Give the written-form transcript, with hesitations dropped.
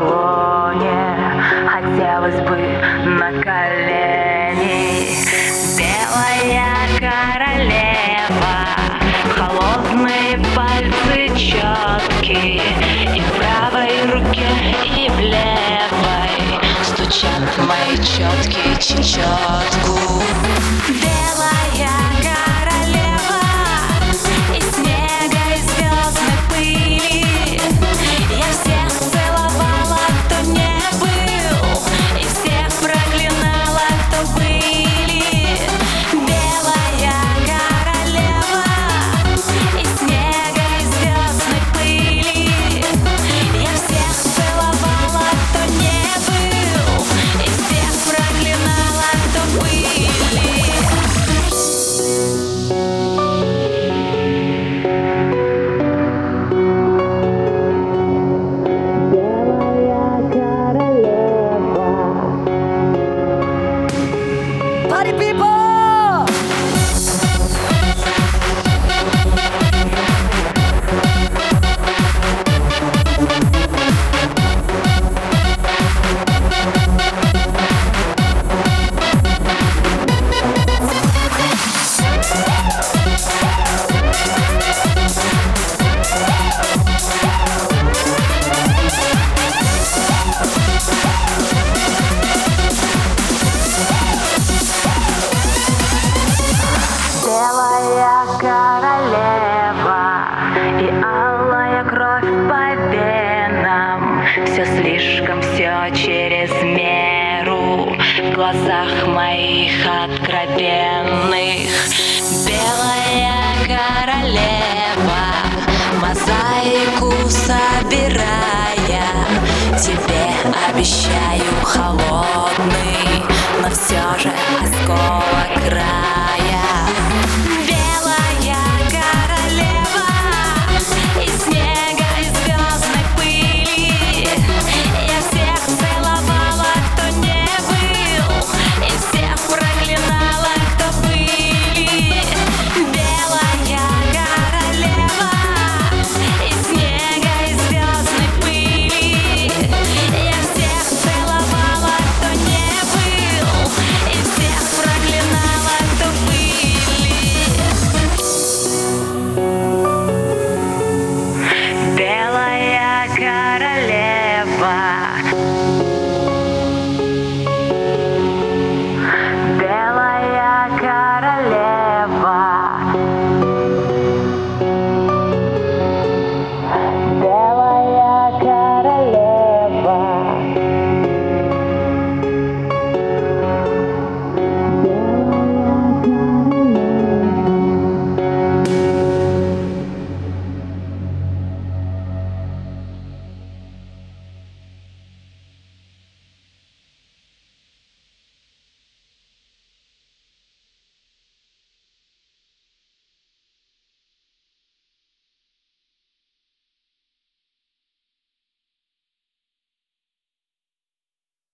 поклоне, хотелось бы на колени. Белая королева, холодные пальцы четкие, и в правой руке, и в левой стучат мои четкие чечетку. Белая королева из снега и звездной пыли, я всех целовала, кто не был, и всех проклинала, кто были. Белая королева из снега и звездной пыли, я всех целовала, кто не был, и всех проклинала, кто были. Party people! Белая королева и алая кровь по венам, все слишком, все через меру в глазах моих откровенных. Белая королева, мозаику собирая, тебе обещаю холодный, но все же осколок края.